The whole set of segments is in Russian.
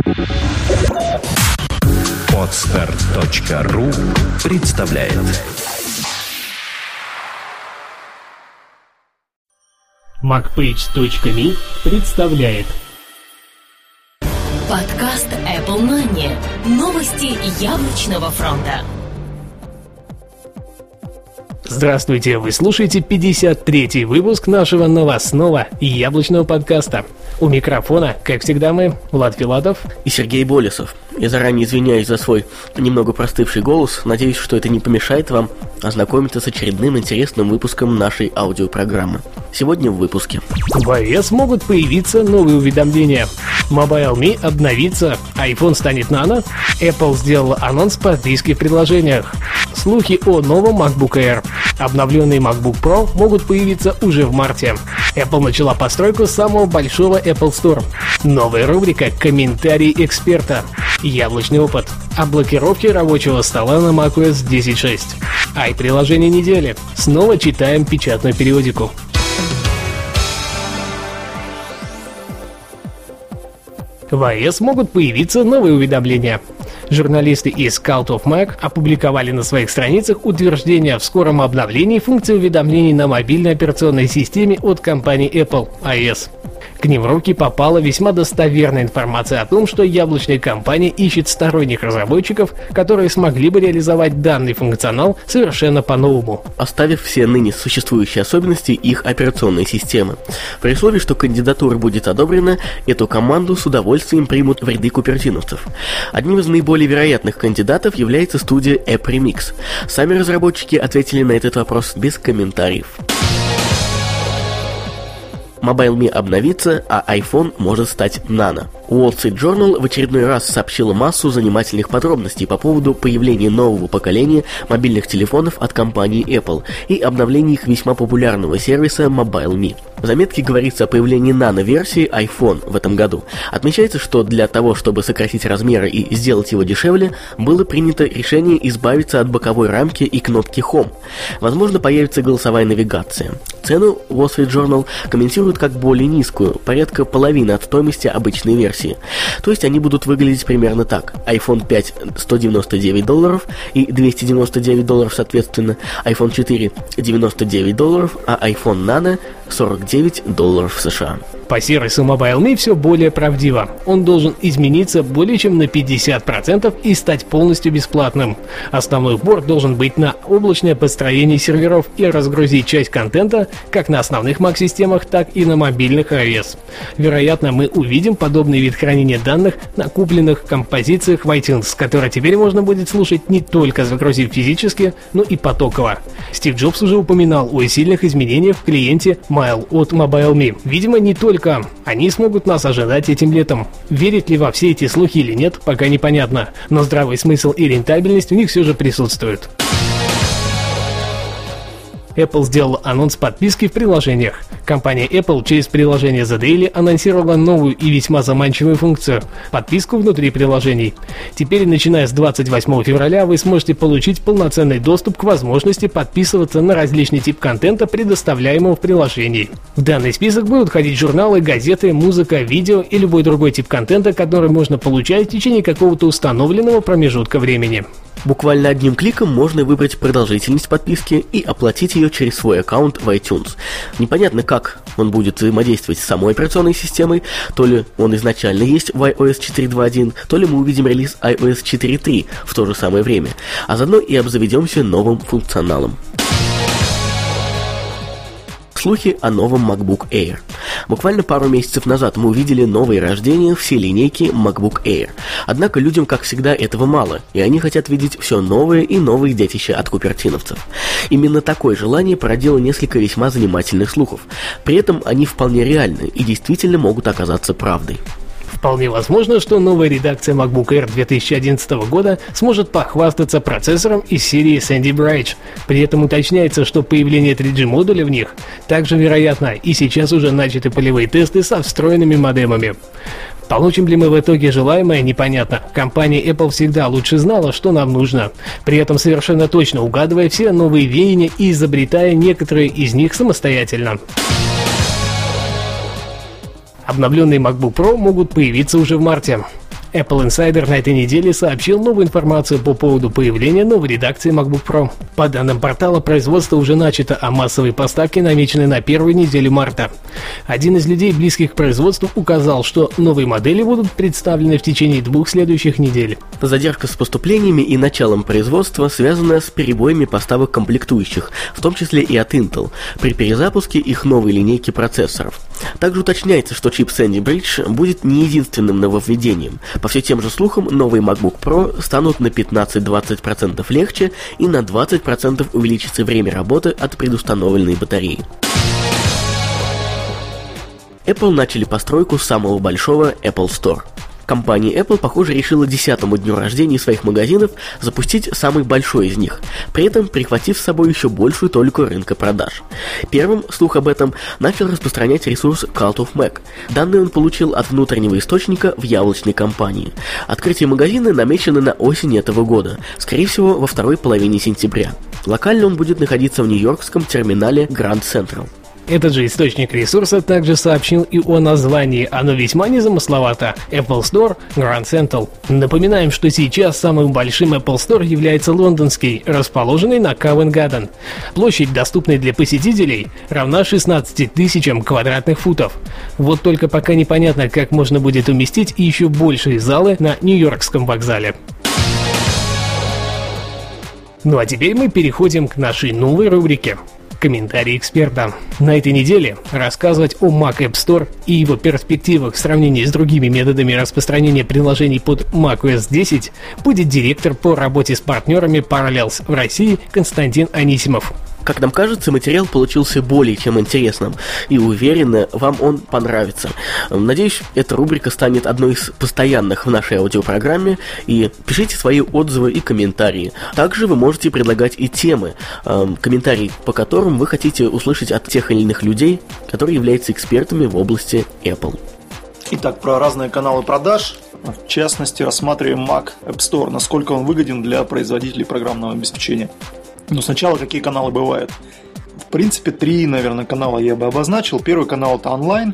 Podstart.ru представляет. MacPage.me представляет подкаст Apple Money. Новости яблочного фронта. Здравствуйте, вы слушаете 53-й выпуск нашего новостного яблочного подкаста. У микрофона, как всегда, мы, Влад Филатов и Сергей Болесов. Я заранее извиняюсь за свой немного простывший голос. Надеюсь, что это не помешает вам ознакомиться с очередным интересным выпуском нашей аудиопрограммы. Сегодня в выпуске. В iOS могут появиться новые уведомления. Mobile.me обновится, iPhone станет Nano, Apple сделала анонс подписки в приложениях. Слухи о новом MacBook Air. Обновленный MacBook Pro могут появиться уже в марте. Apple начала постройку самого большого Apple Store. Новая рубрика «Комментарий эксперта». Яблочный опыт. О блокировке рабочего стола на macOS 10.6. Приложение недели. Снова читаем печатную периодику. В iOS могут появиться новые уведомления. Журналисты из Cult of Mac опубликовали на своих страницах утверждение в скором обновлении функции уведомлений на мобильной операционной системе от компании Apple iOS. К ним в руки попала весьма достоверная информация о том, что яблочная компания ищет сторонних разработчиков, которые смогли бы реализовать данный функционал совершенно по-новому, оставив все ныне существующие особенности их операционной системы. При условии, что кандидатура будет одобрена, эту команду с удовольствием примут в ряды купертиновцев. Одним из наиболее вероятных кандидатов является студия AppRemix. Сами разработчики ответили на этот вопрос без комментариев. Mobile.me обновится, а iPhone может стать Nano. Wall Street Journal в очередной раз сообщила массу занимательных подробностей по поводу появления нового поколения мобильных телефонов от компании Apple и обновления их весьма популярного сервиса Mobile.me. В заметке говорится о появлении нано-версии iPhone в этом году. Отмечается, что для того, чтобы сократить размеры и сделать его дешевле, было принято решение избавиться от боковой рамки и кнопки Home. Возможно, появится голосовая навигация. Цену Wall Street Journal комментируют как более низкую, порядка половины от стоимости обычной версии. То есть они будут выглядеть примерно так. iPhone 5 $199 и $299 соответственно, iPhone 4 $99, а iPhone Nano $49 США. По сервису Mobile.me все более правдиво. Он должен измениться более чем на 50% и стать полностью бесплатным. Основной упор должен быть на облачное построение серверов и разгрузить часть контента как на основных Mac-системах, так и на мобильных iOS. Вероятно, мы увидим подобный вид хранения данных на купленных композициях в iTunes, которые теперь можно будет слушать не только загрузив физически, но и потоково. Стив Джобс уже упоминал о сильных изменениях в клиенте Mail от Mobile.me. Видимо, не только они смогут нас ожидать этим летом. Верить ли во все эти слухи или нет, пока непонятно, но здравый смысл и рентабельность у них все же присутствуют. Apple сделала анонс подписки в приложениях. Компания Apple через приложение The Daily анонсировала новую и весьма заманчивую функцию – подписку внутри приложений. Теперь, начиная с 28 февраля, вы сможете получить полноценный доступ к возможности подписываться на различный тип контента, предоставляемого в приложении. В данный список будут входить журналы, газеты, музыка, видео и любой другой тип контента, который можно получать в течение какого-то установленного промежутка времени. Буквально одним кликом можно выбрать продолжительность подписки и оплатить ее через свой аккаунт в iTunes. Непонятно, как он будет взаимодействовать с самой операционной системой, то ли он изначально есть в iOS 4.2.1, то ли мы увидим релиз iOS 4.3 в то же самое время, а заодно и обзаведемся новым функционалом. Слухи о новом MacBook Air. Буквально пару месяцев назад мы увидели новые рождения всей линейки MacBook Air. Однако людям, как всегда, этого мало, и они хотят видеть все новые и новые детища от купертиновцев. Именно такое желание породило несколько весьма занимательных слухов. При этом они вполне реальны и действительно могут оказаться правдой. Вполне возможно, что новая редакция MacBook Air 2011 года сможет похвастаться процессором из серии Sandy Bridge. При этом уточняется, что появление 3G-модуля в них также вероятно, и сейчас уже начаты полевые тесты со встроенными модемами. Получим ли мы в итоге желаемое, непонятно. Компания Apple всегда лучше знала, что нам нужно, при этом совершенно точно угадывая все новые веяния и изобретая некоторые из них самостоятельно. Обновленные MacBook Pro могут появиться уже в марте. Apple Insider на этой неделе сообщил новую информацию по поводу появления новой редакции MacBook Pro. По данным портала, производство уже начато, а массовые поставки намечены на первую неделю марта. Один из людей, близких к производству, указал, что новые модели будут представлены в течение 2 следующих недель. Задержка с поступлениями и началом производства связана с перебоями поставок комплектующих, в том числе и от Intel, при перезапуске их новой линейки процессоров. Также уточняется, что чип Sandy Bridge будет не единственным нововведением. По все тем же слухам, новые MacBook Pro станут на 15-20% легче и на 20% увеличится время работы от предустановленной батареи. Apple начали постройку самого большого Apple Store. Компания Apple, похоже, решила 10-му дню рождения своих магазинов запустить самый большой из них, при этом прихватив с собой еще большую толику рынка продаж. Первым слух об этом начал распространять ресурс Cult of Mac. Данные он получил от внутреннего источника в яблочной компании. Открытие магазина намечено на осень этого года, скорее всего, во второй половине сентября. Локально он будет находиться в нью-йоркском терминале Grand Central. Этот же источник ресурса также сообщил и о названии, оно весьма незамысловато – Apple Store Grand Central. Напоминаем, что сейчас самым большим Apple Store является лондонский, расположенный на Ковент-Гарден. Площадь, доступная для посетителей, равна 16 тысячам квадратных футов. Вот только пока непонятно, как можно будет уместить еще большие залы на Нью-Йоркском вокзале. Ну а теперь мы переходим к нашей новой рубрике. Комментарий эксперта. На этой неделе рассказывать о Mac App Store и его перспективах в сравнении с другими методами распространения приложений под macOS 10 будет директор по работе с партнерами Parallels в России Константин Анисимов. Как нам кажется, материал получился более чем интересным, и уверенно, вам он понравится. Надеюсь, эта рубрика станет одной из постоянных в нашей аудиопрограмме, и пишите свои отзывы и комментарии. Также вы можете предлагать и темы, комментарии по которым вы хотите услышать от тех или иных людей, которые являются экспертами в области Apple. Итак, про разные каналы продаж. В частности, рассматриваем Mac App Store, насколько он выгоден для производителей программного обеспечения. Но сначала какие каналы бывают? В принципе, 3, наверное, канала я бы обозначил. Первый канал – это онлайн.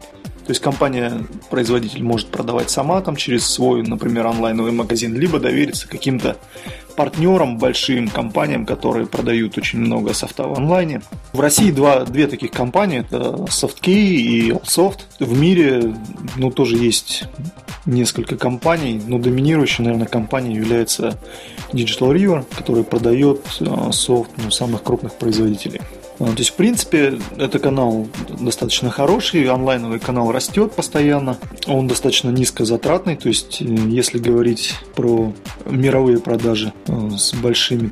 То есть компания-производитель может продавать сама там через свой, например, онлайновый магазин, либо довериться каким-то партнерам, большим компаниям, которые продают очень много софта в онлайне. В России две таких компании – это SoftKey и AllSoft. В мире тоже есть несколько компаний, но доминирующей, наверное, компанией является Digital River, которая продает софт самых крупных производителей. То есть, в принципе, это канал достаточно хороший, онлайновый канал растет постоянно, он достаточно низкозатратный, то есть, если говорить про мировые продажи с большими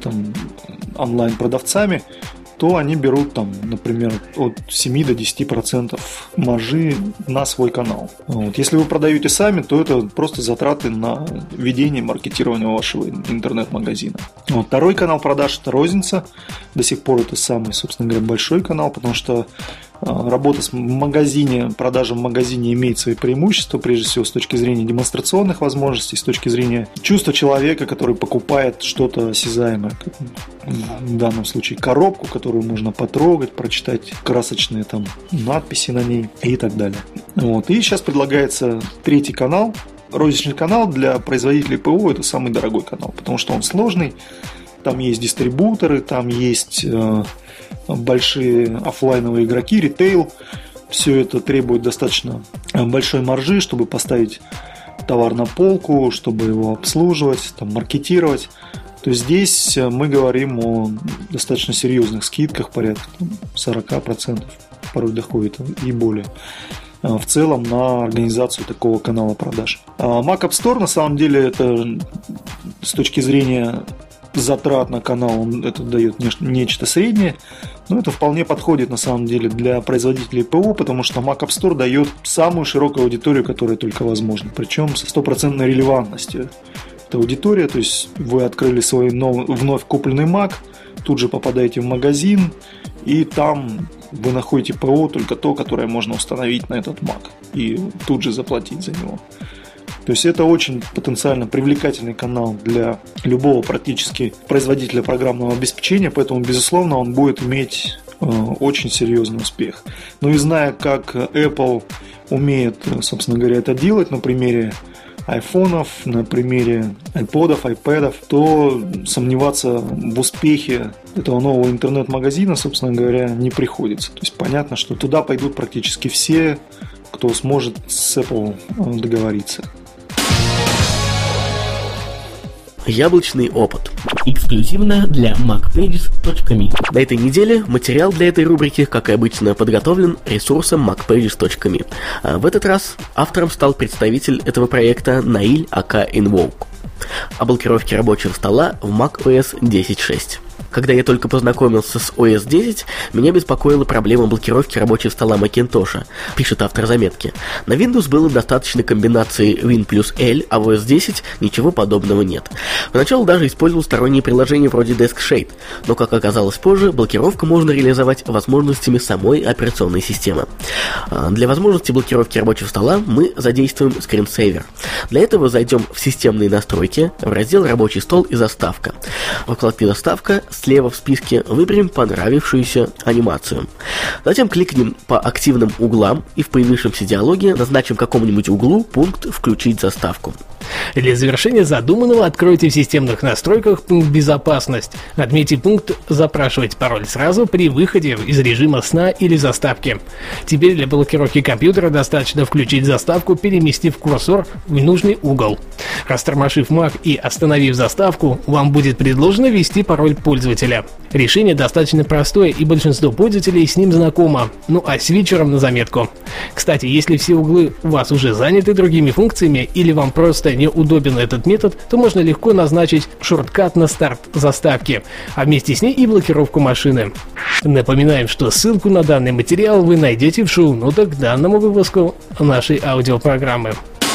онлайн-продавцами, то они берут например, от 7 до 10% маржи на свой канал. Если вы продаете сами, то это просто затраты на ведение и маркетирование вашего интернет-магазина. Второй канал продаж – это розница. До сих пор это самый, собственно говоря, большой канал, потому что работа в магазине, продажа в магазине имеет свои преимущества, прежде всего с точки зрения демонстрационных возможностей, с точки зрения чувства человека, который покупает что-то осязаемое, в данном случае коробку, которую можно потрогать, прочитать красочные надписи на ней и так далее. И сейчас предлагается третий канал, розничный канал для производителей ПО, это самый дорогой канал, потому что он сложный, там есть дистрибуторы, там есть большие офлайновые игроки, ритейл. Все это требует достаточно большой маржи, чтобы поставить товар на полку, чтобы его обслуживать, маркетировать. То есть здесь мы говорим о достаточно серьезных скидках, порядка 40%, порой доходит и более, в целом на организацию такого канала продаж. Mac App Store на самом деле это с точки зрения затрат на канал, это дает нечто среднее, но это вполне подходит на самом деле для производителей ПО, потому что Mac App Store дает самую широкую аудиторию, которая только возможна, причем со 100% релевантностью. Это аудитория, то есть вы открыли свой вновь купленный Mac, тут же попадаете в магазин, и там вы находите ПО только то, которое можно установить на этот Mac, и тут же заплатить за него. То есть это очень потенциально привлекательный канал для любого практически производителя программного обеспечения, поэтому, безусловно, он будет иметь очень серьезный успех. И зная, как Apple умеет, собственно говоря, это делать на примере айфонов, на примере айподов, айпэдов, то сомневаться в успехе этого нового интернет-магазина, собственно говоря, не приходится. То есть понятно, что туда пойдут практически все, кто сможет с Apple договориться. Яблочный опыт. Эксклюзивно для MacPages.me. На этой неделе материал для этой рубрики, как и обычно, подготовлен ресурсом MacPages.me. А в этот раз автором стал представитель этого проекта Наиль АК Invoke о блокировке рабочего стола в macOS 10.6. Когда я только познакомился с OS 10, меня беспокоила проблема блокировки рабочего стола Macintosh, пишет автор заметки. На Windows было достаточно комбинации Win плюс L, а в OS 10 ничего подобного нет. Поначалу даже использовал сторонние приложения вроде DeskShade, но, как оказалось позже, блокировку можно реализовать возможностями самой операционной системы. Для возможности блокировки рабочего стола мы задействуем скринсейвер. Для этого зайдем в системные настройки, в раздел «Рабочий стол» и «Заставка». В вкладке «Заставка» слева в списке выберем понравившуюся анимацию. Затем кликнем по активным углам и в появившемся диалоге назначим какому-нибудь углу пункт «Включить заставку». Для завершения задуманного откройте в системных настройках пункт «Безопасность». Отметьте пункт «Запрашивать пароль сразу» при выходе из режима сна или заставки. Теперь для блокировки компьютера достаточно включить заставку, переместив курсор в нужный угол. Растормошив Mac и остановив заставку, вам будет предложено ввести пароль пользователя. Решение достаточно простое, и большинство пользователей с ним знакомо. Ну а свитчером на заметку. Кстати, если все углы у вас уже заняты другими функциями или вам просто неудобен этот метод, то можно легко назначить шорткат на старт заставки, а вместе с ней и блокировку машины. Напоминаем, что ссылку на данный материал вы найдете в шоу-нотах к данному выпуску нашей аудиопрограммы.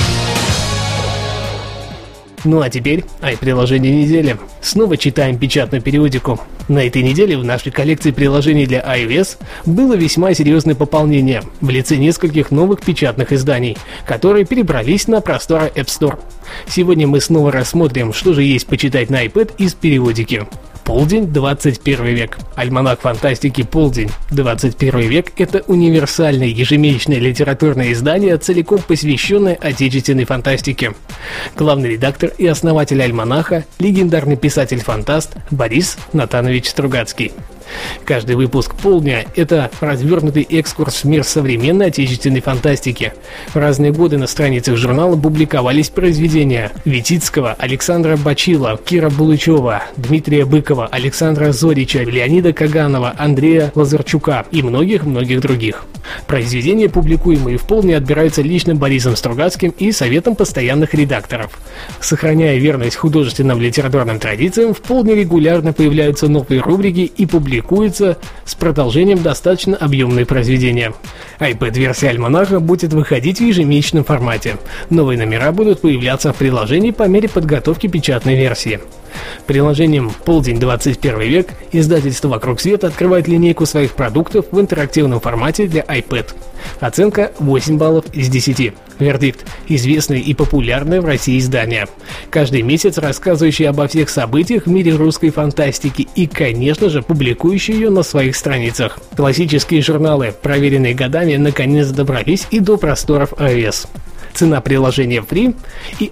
Ну а теперь приложение недели. Снова читаем печатную периодику. На этой неделе в нашей коллекции приложений для iOS было весьма серьезное пополнение в лице нескольких новых печатных изданий, которые перебрались на просторы App Store. Сегодня мы снова рассмотрим, что же есть почитать на iPad из периодики. Полдень, 21 век. Альманах фантастики «Полдень», 21 век – это универсальное ежемесячное литературное издание, целиком посвященное отечественной фантастике. Главный редактор и основатель альманаха – легендарный писатель-фантаст Борис Натанович Стругацкий. Каждый выпуск «Полдня» — это развернутый экскурс в мир современной отечественной фантастики. В разные годы на страницах журнала публиковались произведения Витицкого, Александра Бачила, Кира Булычева, Дмитрия Быкова, Александра Зорича, Леонида Каганова, Андрея Лазарчука и многих-многих других. Произведения, публикуемые в «Полдне», отбираются лично Борисом Стругацким и советом постоянных редакторов. Сохраняя верность художественным литературным традициям, в «Полдне» регулярно появляются новые рубрики и публикуются с продолжением достаточно объемные произведения. iPad-версия альманаха будет выходить в ежемесячном формате. Новые номера будут появляться в приложении по мере подготовки печатной версии. Приложением «Полдень, 21 век» издательство «Вокруг света» открывает линейку своих продуктов в интерактивном формате для iPad. Оценка 8 баллов из 10. Вердикт – известное и популярное в России издание. Каждый месяц рассказывающий обо всех событиях в мире русской фантастики и, конечно же, публикующий ее на своих страницах. Классические журналы, проверенные годами, наконец добрались и до просторов iOS. Цена приложения free и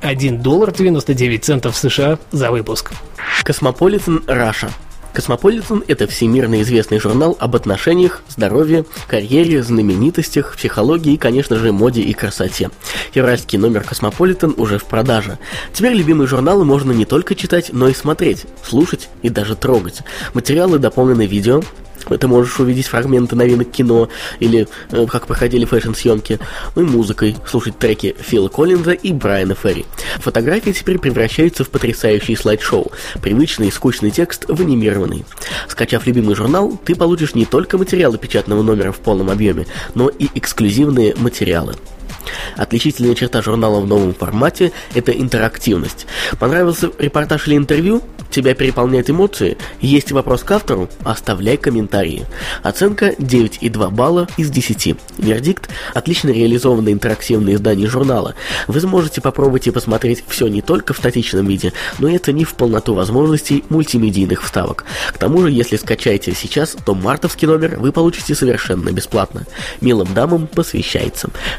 $1.99 США за выпуск. Cosmopolitan Russia. Cosmopolitan – это всемирно известный журнал об отношениях, здоровье, карьере, знаменитостях, психологии и, конечно же, моде и красоте. Февральский номер Cosmopolitan уже в продаже. Теперь любимые журналы можно не только читать, но и смотреть, слушать и даже трогать. Материалы дополнены видео. Ты можешь увидеть фрагменты новинок кино или как проходили фэшн-съемки, ну и музыкой, слушать треки Фила Коллинза и Брайана Ферри. Фотографии теперь превращаются в потрясающий слайд-шоу, привычный и скучный текст в анимированный. Скачав любимый журнал, ты получишь не только материалы печатного номера в полном объеме, но и эксклюзивные материалы. Отличительная черта журнала в новом формате – это интерактивность. Понравился репортаж или интервью? Тебя переполняют эмоции? Есть вопрос к автору? Оставляй комментарии. Оценка 9,2 балла из 10. Вердикт – отлично реализованное интерактивное издание журнала. Вы сможете попробовать и посмотреть все не только в статичном виде, но и оценив полноту возможностей мультимедийных вставок. К тому же, если скачаете сейчас, то мартовский номер вы получите совершенно бесплатно. Милым дамам посвящается. Цена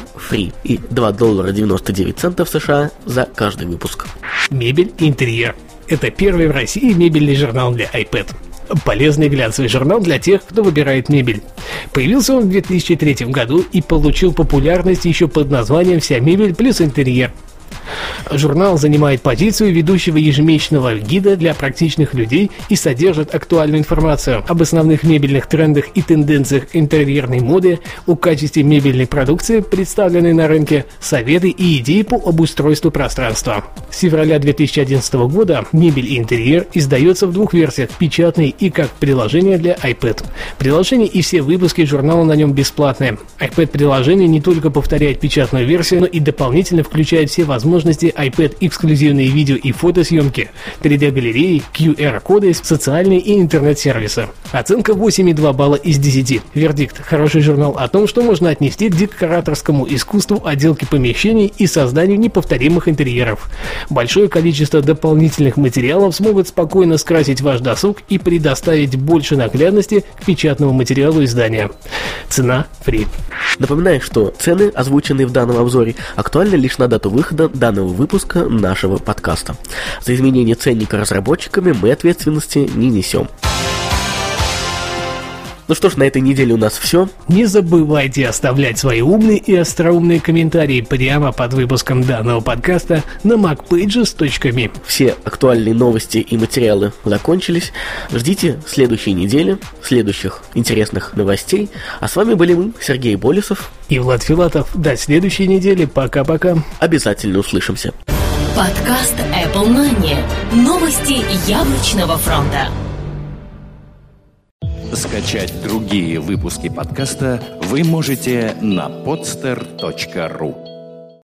free и $2.99 США за каждый выпуск. Мебель и интерьер. Это первый в России мебельный журнал для iPad. Полезный глянцевый журнал для тех, кто выбирает мебель. Появился он в 2003 году и получил популярность еще под названием «Вся мебель плюс интерьер». Журнал занимает позицию ведущего ежемесячного гида для практичных людей и содержит актуальную информацию об основных мебельных трендах и тенденциях интерьерной моды, о качестве мебельной продукции, представленной на рынке, советы и идеи по обустройству пространства. С февраля 2011 года «Мебель и интерьер» издается в двух версиях – печатной и как приложение для iPad. Приложение и все выпуски журнала на нем бесплатные. iPad-приложение не только повторяет печатную версию, но и дополнительно включает все возможности iPad эксклюзивные видео и фотосъемки, 3D-галереи, QR-коды, социальные и интернет-сервисы. Оценка 8,2 балла из 10. Вердикт – хороший журнал о том, что можно отнести к декораторскому искусству отделки помещений и созданию неповторимых интерьеров. Большое количество дополнительных материалов смогут спокойно скрасить ваш досуг и предоставить больше наглядности к печатному материалу издания. Цена – фри. Напоминаю, что цены, озвученные в данном обзоре, актуальны лишь на дату выхода данного выпуска нашего подкаста. За изменение ценника разработчиками мы ответственности не несем. Ну что ж, на этой неделе у нас все. Не забывайте оставлять свои умные и остроумные комментарии прямо под выпуском данного подкаста на macpages.me. Все актуальные новости и материалы закончились. Ждите следующей недели, следующих интересных новостей. А с вами были мы, Сергей Болесов и Влад Филатов. До следующей недели. Пока-пока. Обязательно услышимся. Подкаст Apple Money. Новости яблочного фронта. Скачать другие выпуски подкаста вы можете на podster.ru.